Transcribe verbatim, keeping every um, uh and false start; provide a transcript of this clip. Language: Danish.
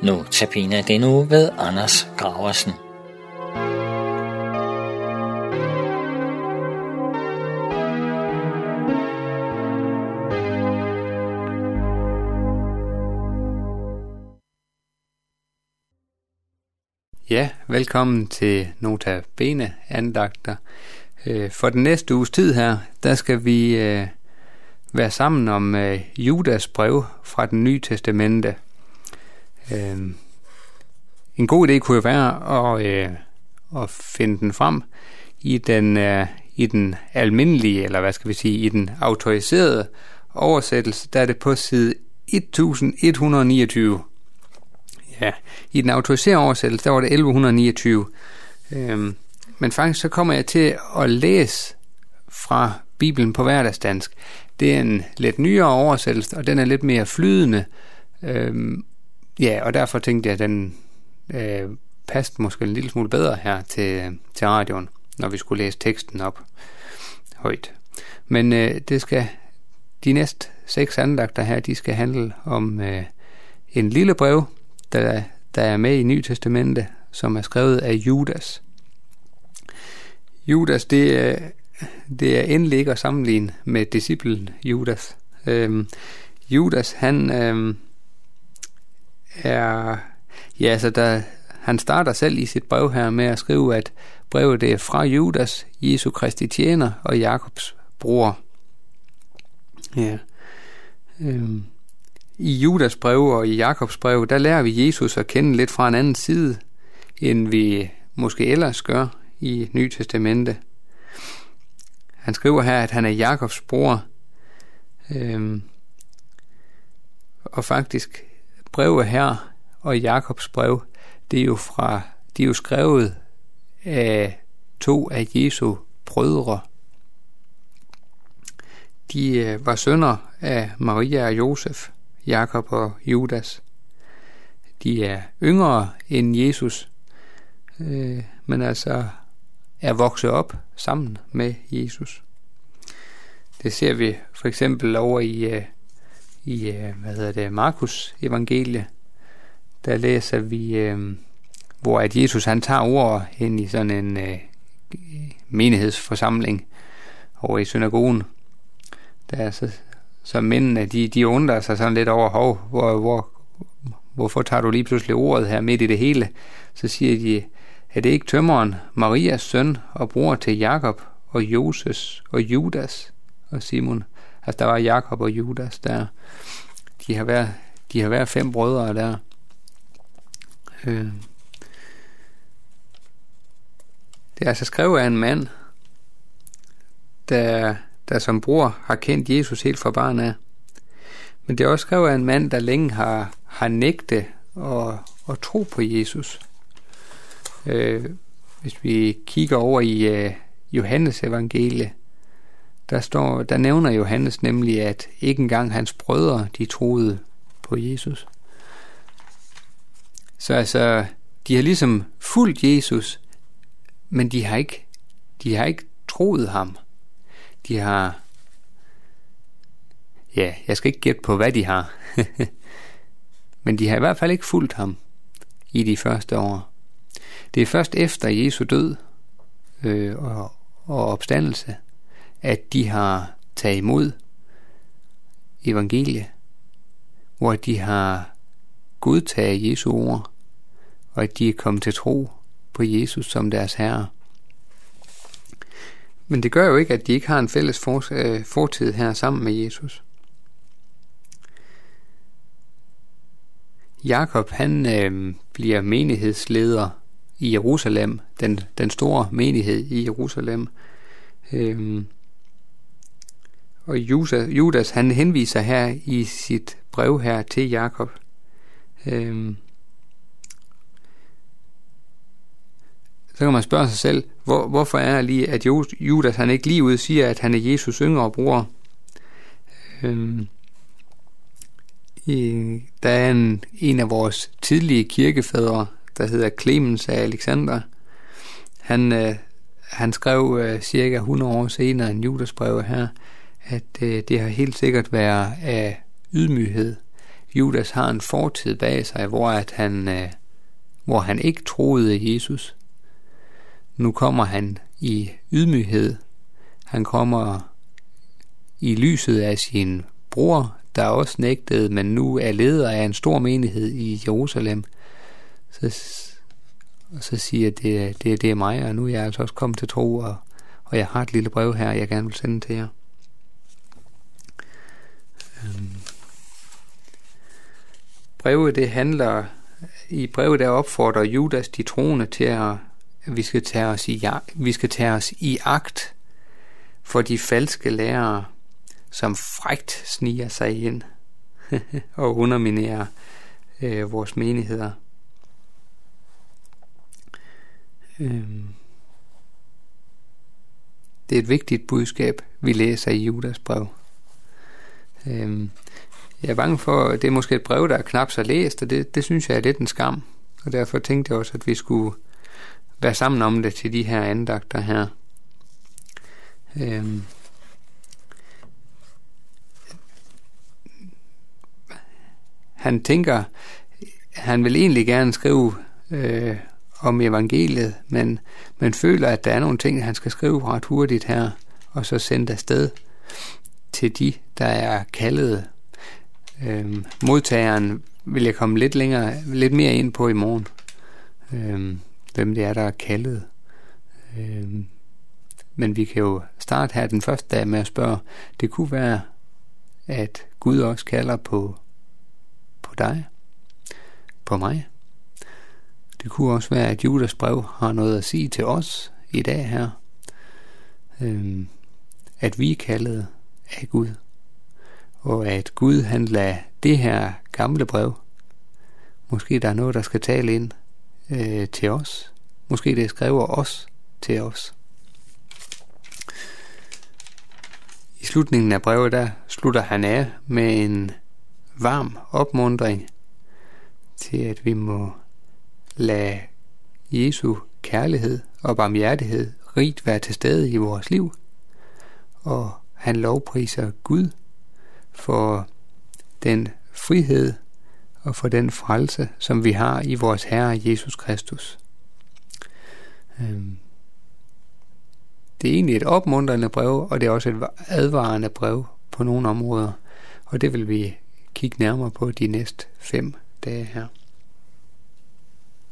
Notabene denne uge ved Anders Graversen. Ja, velkommen til Notabene andagter. For den næste uges tid her, der skal vi være sammen om Judas brev fra det nye testamente. En god idé kunne jo være at, at finde den frem i den, i den almindelige, eller hvad skal vi sige, i den autoriserede oversættelse, der er det på side et hundrede niogtyve. Ja, i den autoriserede oversættelse, der var det elleve niogtyve. Øhm, men faktisk så kommer jeg til at læse fra Bibelen på hverdagsdansk. Det er en lidt nyere oversættelse, og den er lidt mere flydende. Øhm, ja, og derfor tænkte jeg, at den øh, passede måske en lille smule bedre her til, til radioen, når vi skulle læse teksten op højt. Men øh, det skal, de næste seks andagter her, de skal handle om øh, en lille brev, Der, der er med i Nye Testamente, som er skrevet af Judas. Judas, det er, det er endelig ikke at sammenligne med disciplen Judas. Øhm, Judas, han øhm, er, ja, altså der, han starter selv i sit brev her med at skrive, at brevet det er fra Judas, Jesu Kristi tjener og Jakobs bror. Ja. Øhm. I Judas brev og i Jakobs brev, der lærer vi Jesus at kende lidt fra en anden side, end vi måske ellers gør i Nye Testamente. Han skriver her, at han er Jakobs bror. Øhm, og faktisk, brevet her og Jakobs brev, det er jo fra, de er jo skrevet af to af Jesu brødre. De øh, var sønner af Maria og Josef, Jakob og Judas. De er yngre end Jesus, øh, men altså er vokset op sammen med Jesus. Det ser vi for eksempel over i, øh, i øh, hvad hedder det, Markus evangelie. Der læser vi, øh, hvor at Jesus han tager ord hen i sådan en øh, menighedsforsamling over i synagogen. Der er så Så mændene, de, de undrer sig sådan lidt over, hov, hvor, hvor, hvorfor tager du lige pludselig ordet her midt i det hele? Så siger de, er det ikke tømmeren, Marias søn og bror til Jakob og Joses og Judas og Simon? Altså der var Jakob og Judas der. De har været, de har været fem brødre der. Øh. Det er altså skrevet af en mand, der... der som bror har kendt Jesus helt fra barn af. Men det er også skrevet af en mand, der længe har, har nægtet at, at tro på Jesus. Øh, hvis vi kigger over i uh, Johannes evangelie, der, står, der nævner Johannes nemlig, at ikke engang hans brødre, de troede på Jesus. Så altså, de har ligesom fulgt Jesus, men de har ikke, de har ikke troet ham. De har, ja, jeg skal ikke gætte på, hvad de har, men de har i hvert fald ikke fulgt ham i de første år. Det er først efter Jesu død øh, og, og opstandelse, at de har taget imod evangelie, hvor de har godtaget Jesu ord, og at de er kommet til tro på Jesus som deres herre. Men det gør jo ikke, at de ikke har en fælles for, øh, fortid her sammen med Jesus. Jakob, han øh, bliver menighedsleder i Jerusalem, den, den store menighed i Jerusalem. Øh, og Judas, Judas, han henviser her i sit brev her til Jakob. Øh, Så kan man spørge sig selv, hvor, hvorfor er det lige, at Judas han ikke lige ud siger, at han er Jesus yngre bror. Øhm, i, der er en, en af vores tidlige kirkefædre, der hedder Clemens af Alexander. Han, øh, han skrev øh, cirka hundrede år senere en Judas brev her, at øh, det har helt sikkert været af ydmyghed, Judas har en fortid bag sig, hvor, at han, øh, hvor han ikke troede Jesus. Nu kommer han i ydmyghed. Han kommer i lyset af sin bror, der også nægtede, men nu er leder af en stor menighed i Jerusalem. Så, og så siger det, det, det er mig, og nu er jeg altså også kommet til tro, og, og jeg har et lille brev her, jeg gerne vil sende til jer. Øhm. Brevet det handler, i brevet der opfordrer Judas de troende til at, at vi skal tage os i, vi skal tage os i agt for de falske lærere, som frækt sniger sig ind og underminerer øh, vores menigheder. Øhm. Det er et vigtigt budskab, vi læser i Judas brev. Øhm. Jeg er bange for, at det er måske et brev, der er knap så læst, og det, det synes jeg er lidt en skam. Og derfor tænkte jeg også, at vi skulle være sammen om det til de her andagter her. Øhm. Han tænker, han vil egentlig gerne skrive øh, om evangeliet, men man føler, at der er nogle ting, han skal skrive ret hurtigt her, og så sende afsted til de, der er kaldede. Øhm, modtageren vil jeg komme lidt længere, lidt mere ind på i morgen. Øhm, hvem det er, der er kaldet. Øhm, men vi kan jo starte her den første dag med at spørge, det kunne være, at Gud også kalder på, på dig, på mig. Det kunne også være, at Judas brev har noget at sige til os i dag her. Øhm, at vi er kaldet af Gud. Og at Gud han lader det her gamle brev, måske der er noget, der skal tale ind øh, til os. Måske det skriver os til os. I slutningen af brevet, der slutter han af med en varm opmuntring til, at vi må lade Jesu kærlighed og barmhjertighed rigt være til stede i vores liv. Og han lovpriser Gud for den frihed og for den frelse, som vi har i vores Herre Jesus Kristus. Det er egentlig et opmuntrende brev, og det er også et advarende brev på nogle områder, og det vil vi kigge nærmere på de næste fem dage her.